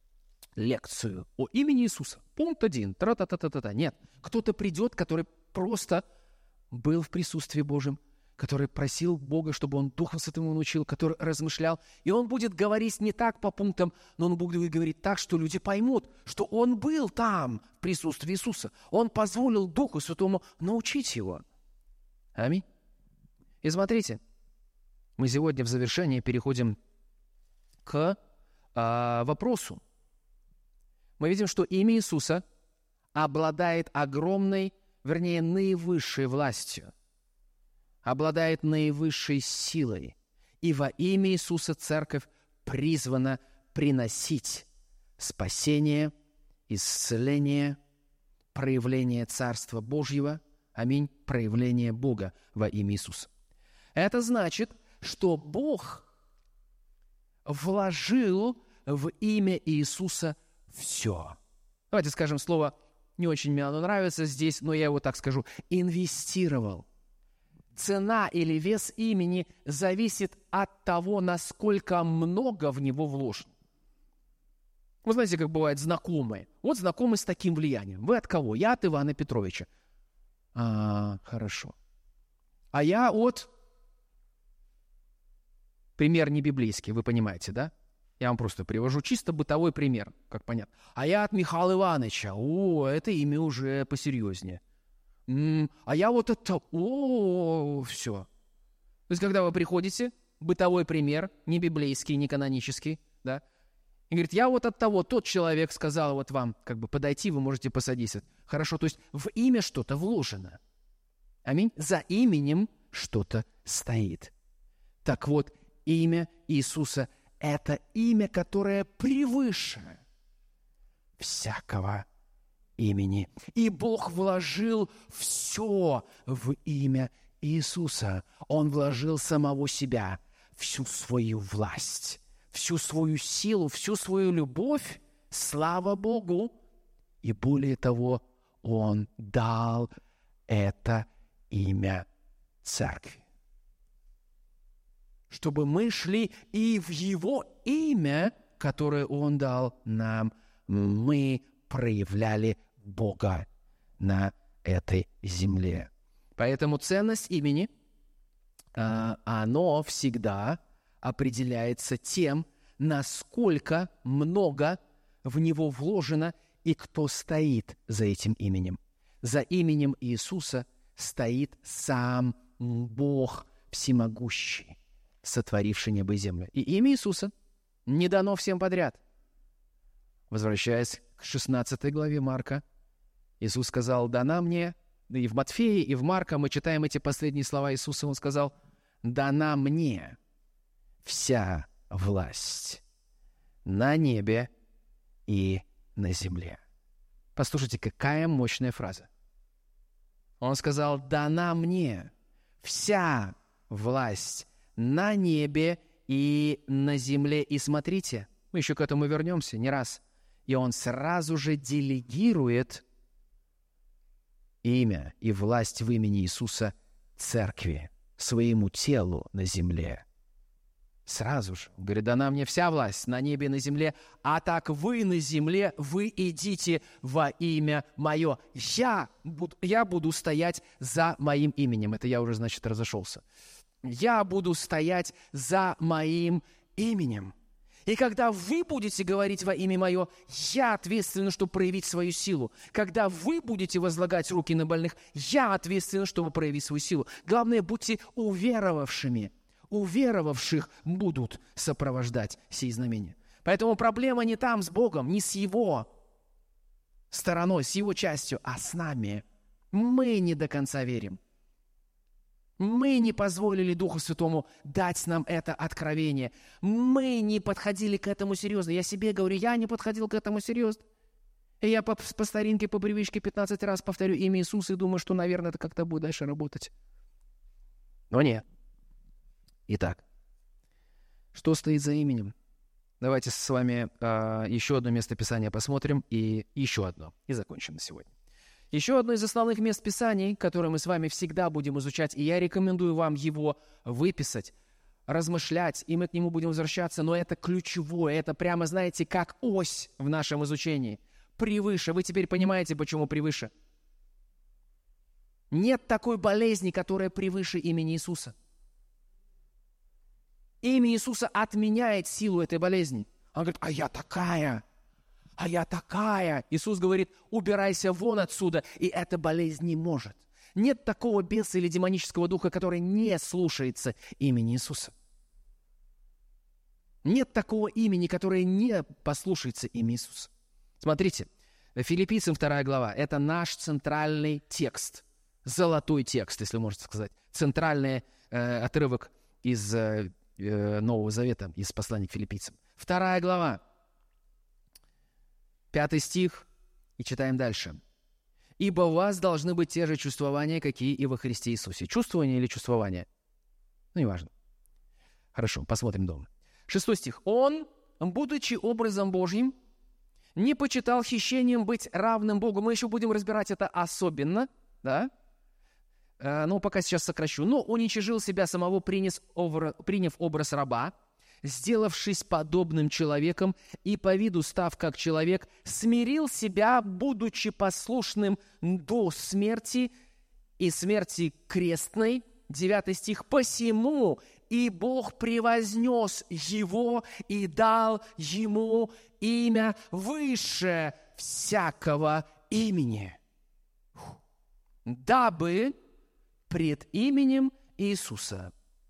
лекцию о имени Иисуса. Пункт один. Тра-та-та-та-та. Нет. Кто-то придет, который просто был в присутствии Божьем, который просил Бога, чтобы Он Духом Святым научил, который размышлял. И он будет говорить не так по пунктам, но он будет говорить так, что люди поймут, что он был там, в присутствии Иисуса. Он позволил Духу Святому научить его. Аминь. И смотрите, мы сегодня в завершение переходим к а, вопросу. Мы видим, что имя Иисуса обладает огромной, вернее, наивысшей властью, обладает наивысшей силой. И во имя Иисуса Церковь призвана приносить спасение, исцеление, проявление Царства Божьего, аминь, проявление Бога во имя Иисуса. Это значит, что Бог вложил в имя Иисуса все. Давайте скажем слово, не очень мне оно нравится здесь, но я его так скажу, инвестировал. Цена или вес имени зависит от того, насколько много в него вложено. Вы знаете, как бывают знакомые. Вот знакомый с таким влиянием. Вы от кого? Я от Ивана Петровича. А, хорошо. А я от... Пример не библейский, вы понимаете, да? Я вам просто привожу чисто бытовой пример, как понятно. А я от Михаила Ивановича. О, это имя уже посерьезнее. М-м, а я вот это... О, все. То есть, когда вы приходите, бытовой пример, не библейский, не канонический, да? И говорит, я вот от того, тот человек сказал вот вам, как бы подойти, вы можете посадиться. Хорошо, то есть в имя что-то вложено. Аминь. За именем что-то стоит. Так вот, имя Иисуса – это имя, которое превыше всякого имени. И Бог вложил все в имя Иисуса. Он вложил самого себя, всю свою власть, всю свою силу, всю свою любовь, слава Богу. И более того, Он дал это имя Церкви. Чтобы мы шли и в Его имя, которое Он дал нам, мы проявляли Бога на этой земле. Поэтому ценность имени, оно всегда определяется тем, насколько много в него вложено и кто стоит за этим именем. За именем Иисуса стоит сам Бог всемогущий, сотворивший небо и землю. И имя Иисуса не дано всем подряд. Возвращаясь к шестнадцатой главе Марка, Иисус сказал, «Дана мне», и в Матфея, и в Марка мы читаем эти последние слова Иисуса, Он сказал, «Дана мне вся власть на небе и на земле». Послушайте, какая мощная фраза. Он сказал, «Дана мне вся власть на небе и на земле». И смотрите, мы еще к этому вернемся не раз. И Он сразу же делегирует имя и власть в имени Иисуса Церкви, своему телу на земле. Сразу же. Он говорит, дана мне вся власть на небе и на земле, а так вы на земле, вы идите во имя мое. Я буду, я буду стоять за моим именем. Это я уже, значит, разошелся. Я буду стоять за моим именем. И когда вы будете говорить во имя мое, я ответственен, чтобы проявить свою силу. Когда вы будете возлагать руки на больных, я ответственен, чтобы проявить свою силу. Главное, будьте уверовавшими. Уверовавших будут сопровождать сии знамения. Поэтому проблема не там с Богом, не с Его стороной, с Его частью, а с нами. Мы не до конца верим. Мы не позволили Духу Святому дать нам это откровение. Мы не подходили к этому серьезно. Я себе говорю, я не подходил к этому серьезно. И я по, по старинке, по привычке пятнадцать раз повторю имя Иисуса и думаю, что, наверное, это как-то будет дальше работать. Но нет. Итак, что стоит за именем? Давайте с вами э, еще одно место Писания посмотрим и еще одно. И закончим на сегодня. Еще одно из основных мест Писаний, которое мы с вами всегда будем изучать, и я рекомендую вам его выписать, размышлять, и мы к нему будем возвращаться, но это ключевое, это прямо, знаете, как ось в нашем изучении. Превыше. Вы теперь понимаете, почему превыше? Нет такой болезни, которая превыше имени Иисуса. Имя Иисуса отменяет силу этой болезни. Он говорит, а я такая, а я такая. Иисус говорит, убирайся вон отсюда, и эта болезнь не может. Нет такого беса или демонического духа, который не слушается имени Иисуса. Нет такого имени, которое не послушается имя Иисуса. Смотрите, Филиппийцам вторая глава – это наш центральный текст, золотой текст, если можно сказать, центральный э, отрывок из э, э, Нового Завета, из послания к Филиппийцам. Вторая глава, пятый стих, и читаем дальше. «Ибо у вас должны быть те же чувствования, какие и во Христе Иисусе». Чувствование или чувствование? Ну, неважно. Хорошо, посмотрим дома. Шестой стих. «Он, будучи образом Божьим, не почитал хищением быть равным Богу». Мы еще будем разбирать это особенно, да? Э, но пока сейчас сокращу. «Но уничижил себя самого, приняв образ, приняв образ раба, сделавшись подобным человеком и по виду став как человек, смирил себя, будучи послушным до смерти и смерти крестной». Девятый стих. «Посему и Бог превознес его и дал ему имя выше всякого имени, дабы пред именем Иисуса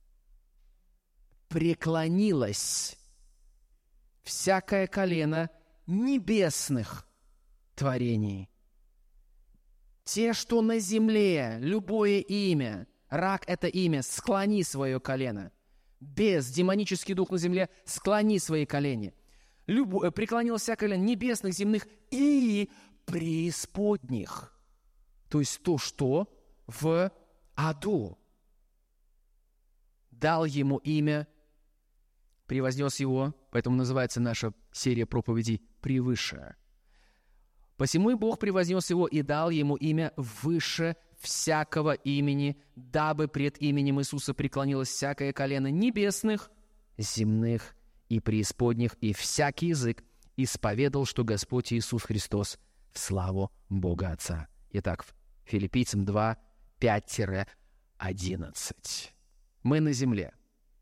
преклонилось всякое колено небесных творений». Те, что на земле, любое имя, рак – это имя, склони свое колено. Без, демонический дух на земле, склони свои колени. Любо, преклонилось всякое колено небесных, земных и преисподних. То есть то, что в аду. Дал ему имя, превознес его, поэтому называется наша серия проповедей «Превыше». «Посему и Бог превознес его и дал ему имя выше всякого имени, дабы пред именем Иисуса преклонилось всякое колено небесных, земных и преисподних, и всякий язык исповедал, что Господь Иисус Христос в славу Бога Отца». Итак, Филиппийцам два, пять одиннадцать. Мы на земле.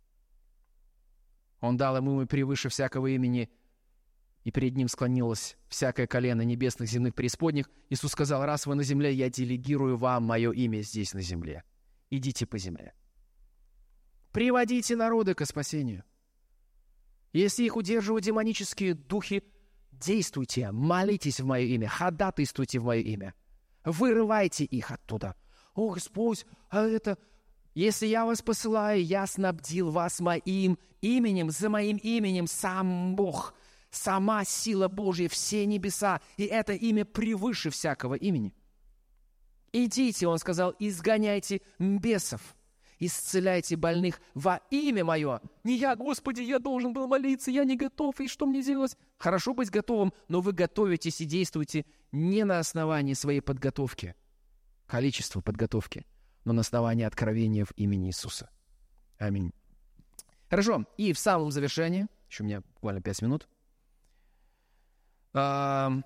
Он дал ему имя превыше всякого имени, и перед ним склонилось всякое колено небесных, земных, преисподних. Иисус сказал: раз вы на земле, я делегирую вам мое имя здесь на земле. Идите по земле. Приводите народы ко спасению. Если их удерживают демонические духи, действуйте, молитесь в мое имя, ходатайствуйте в мое имя. Вырывайте их оттуда. О, Господь, а это... Если я вас посылаю, я снабдил вас моим именем, за моим именем сам Бог, сама сила Божья, все небеса, и это имя превыше всякого имени. Идите, он сказал, изгоняйте бесов, исцеляйте больных во имя мое. Не я, Господи, я должен был молиться, я не готов, и что мне делать? Хорошо быть готовым, но вы готовитесь и действуете не на основании своей подготовки, количества подготовки, но на основании откровения в имени Иисуса. Аминь. Хорошо, и в самом завершении, еще у меня буквально пять минут, давайте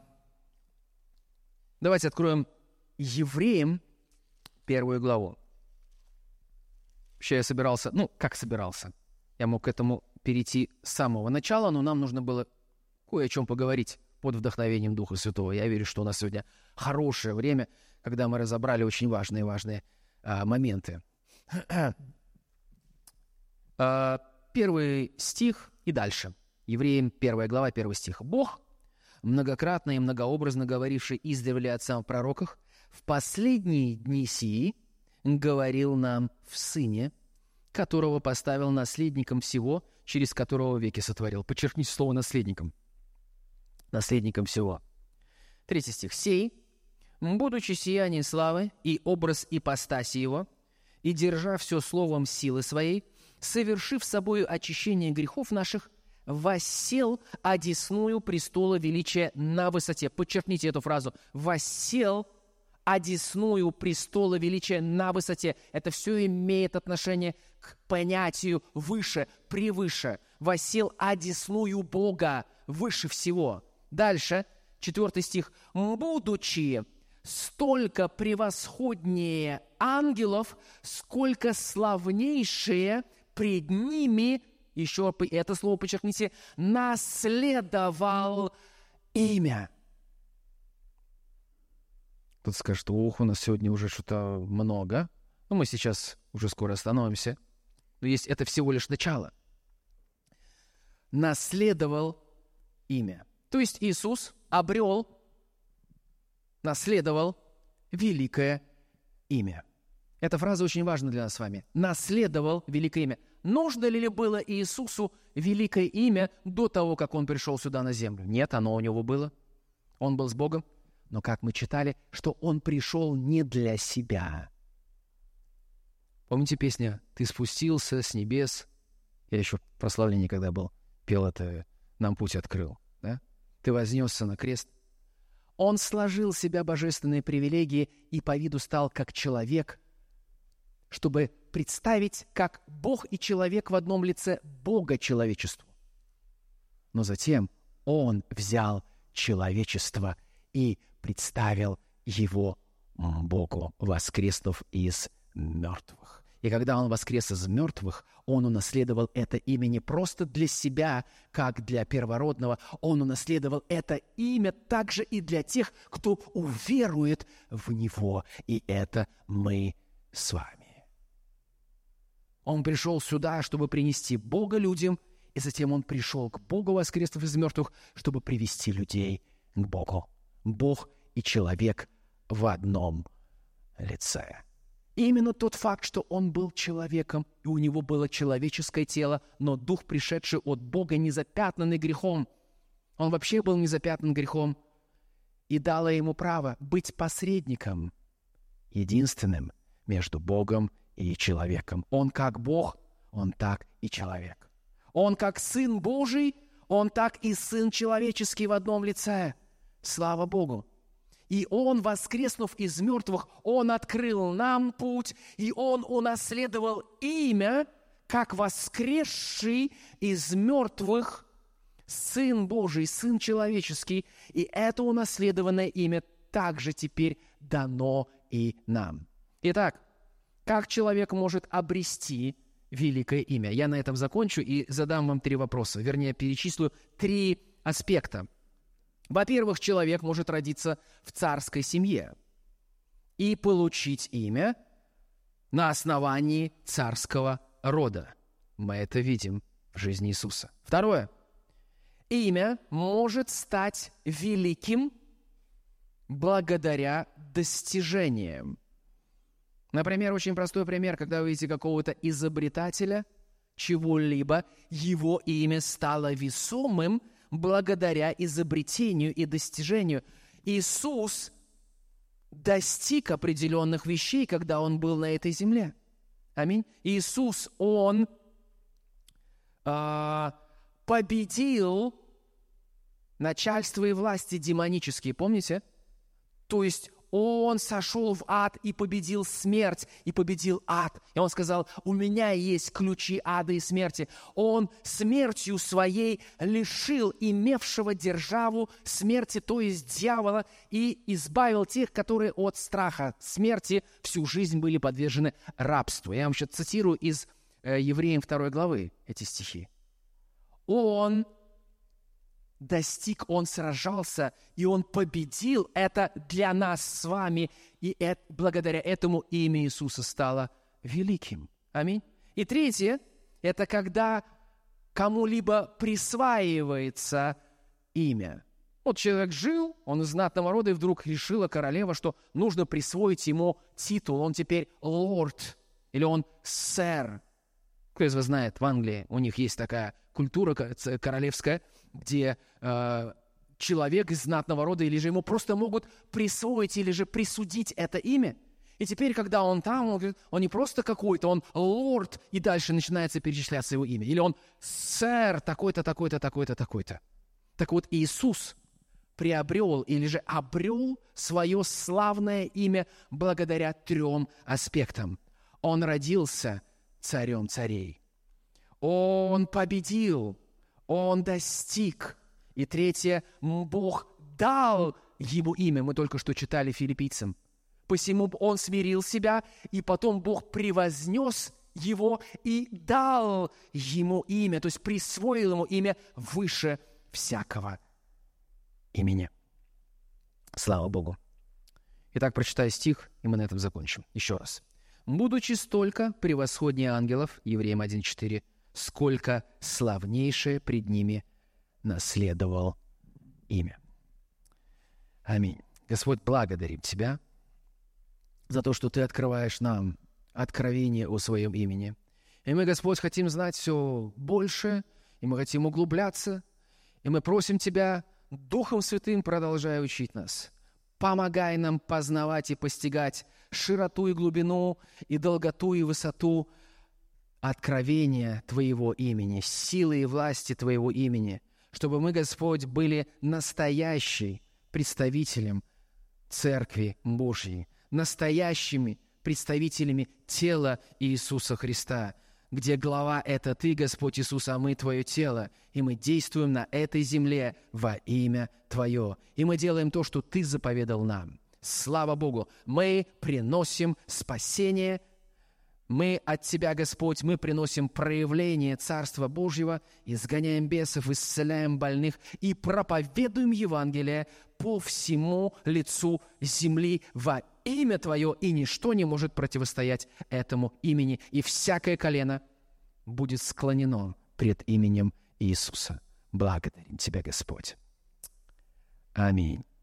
откроем Евреям первую главу. Вообще я собирался, ну, как собирался? Я мог к этому перейти с самого начала, но нам нужно было кое о чем поговорить под вдохновением Духа Святого. Я верю, что у нас сегодня хорошее время, когда мы разобрали очень важные-важные а, моменты. а, первый стих и дальше. Евреям первая глава, первый стих. «Бог, многократно и многообразно говоривший издревле отцам в пророках, в последние дни сии говорил нам в Сыне, которого поставил наследником всего, через которого веки сотворил». Подчеркните слово «наследником». Наследником всего. Третий стих. «Сей, будучи сиянием славы и образ ипостаси его, и держа все словом силы своей, совершив собою очищение грехов наших, воссел одесную престола величия на высоте». Подчеркните эту фразу. «Воссел одесную престола величия на высоте». Это все имеет отношение к понятию выше, превыше. «Воссел одесную Бога выше всего». Дальше, четвертый стих. «Будучи столько превосходнее ангелов, сколько славнейшие пред ними», еще это слово подчеркните, «наследовал имя». Тут скажет: ох, у нас сегодня уже что-то много. Но мы сейчас уже скоро остановимся. Но есть это всего лишь начало. наследовал имя. То есть Иисус обрел, наследовал великое имя. Эта фраза очень важна для нас с вами. Наследовал великое имя. Нужно ли было Иисусу великое имя до того, как Он пришел сюда на землю? Нет, оно у Него было. Он был с Богом. Но как мы читали, что Он пришел не для себя. Помните песню «Ты спустился с небес»? Я еще в прославлении, когда был, пел это «Нам путь открыл». Да? «Ты вознесся на крест». Он сложил в себя божественные привилегии и по виду стал как человек, чтобы представить, как Бог и человек в одном лице Бога человечеству. Но затем Он взял человечество и представил его Богу, воскреснув из мертвых. И когда Он воскрес из мертвых, Он унаследовал это имя не просто для себя, как для первородного. Он унаследовал это имя также и для тех, кто уверует в Него. И это мы с вами. Он пришел сюда, чтобы принести Бога людям, и затем Он пришел к Богу, воскреснув из мертвых, чтобы привести людей к Богу. Бог и человек в одном лице. И именно тот факт, что Он был человеком, и у Него было человеческое тело, но Дух, пришедший от Бога, не запятнанный грехом, Он вообще был не запятнан грехом, и дало Ему право быть посредником, единственным между Богом и человеком. Он как Бог, Он так и человек. Он как Сын Божий, Он так и Сын человеческий в одном лице. Слава Богу! И Он, воскреснув из мертвых, Он открыл нам путь, и Он унаследовал имя, как воскресший из мертвых Сын Божий, Сын человеческий. И это унаследованное имя также теперь дано и нам. Итак, как человек может обрести великое имя? Я на этом закончу и задам вам три вопроса. Вернее, перечислю три аспекта. Во-первых, человек может родиться в царской семье и получить имя на основании царского рода. Мы это видим в жизни Иисуса. Второе. Имя может стать великим благодаря достижениям. Например, очень простой пример, когда вы видите какого-то изобретателя чего-либо, его имя стало весомым благодаря изобретению и достижению. Иисус достиг определенных вещей, когда Он был на этой земле. Аминь. Иисус, Он э, победил начальство и власти демонические, помните? То есть Он сошел в ад и победил смерть, и победил ад. И Он сказал: у меня есть ключи ада и смерти. Он смертью своей лишил имевшего державу смерти, то есть дьявола, и избавил тех, которые от страха смерти всю жизнь были подвержены рабству. Я вам сейчас цитирую из э, Евреям второй главы эти стихи. Он достиг, Он сражался, и Он победил. Это для нас с вами, и это, благодаря этому имя Иисуса стало великим. Аминь. И третье, это когда кому-либо присваивается имя. Вот человек жил, он из знатного рода, и вдруг решила королева, что нужно присвоить ему титул. Он теперь лорд, или он сэр. Кто из вас знает, в Англии у них есть такая культура королевская, где э, человек из знатного рода, или же ему просто могут присвоить, или же присудить это имя. И теперь, когда он там, он, говорит, он не просто какой-то, он лорд, и дальше начинается перечисляться его имя. Или он сэр такой-то, такой-то, такой-то, такой-то. Так вот, Иисус приобрел, или же обрел свое славное имя благодаря трем аспектам. Он родился царем царей. Он победил. Он достиг. И третье, Бог дал ему имя. Мы только что читали филиппийцам. Посему он смирил себя, и потом Бог превознес его и дал ему имя, то есть присвоил ему имя выше всякого имени. Слава Богу. Итак, прочитаю стих, и мы на этом закончим. Еще раз. «Будучи столько превосходнее ангелов», Евреям один четыре, сколько славнейшее пред ними наследовал имя». Аминь. Господь, благодарим Тебя за то, что Ты открываешь нам откровение о Своем имени. И мы, Господь, хотим знать все больше, и мы хотим углубляться, и мы просим Тебя, Духом Святым, продолжай учить нас. Помогай нам познавать и постигать широту и глубину, и долготу и высоту откровения Твоего имени, силы и власти Твоего имени, чтобы мы, Господь, были настоящим представителем Церкви Божьей, настоящими представителями тела Иисуса Христа, где глава – это Ты, Господь Иисус, а мы Твое тело, и мы действуем на этой земле во имя Твое, и мы делаем то, что Ты заповедал нам. Слава Богу! Мы приносим спасение, мы от Тебя, Господь, мы приносим проявление Царства Божьего, изгоняем бесов, исцеляем больных и проповедуем Евангелие по всему лицу земли во имя Твое, и ничто не может противостоять этому имени, и всякое колено будет склонено пред именем Иисуса. Благодарим Тебя, Господь. Аминь.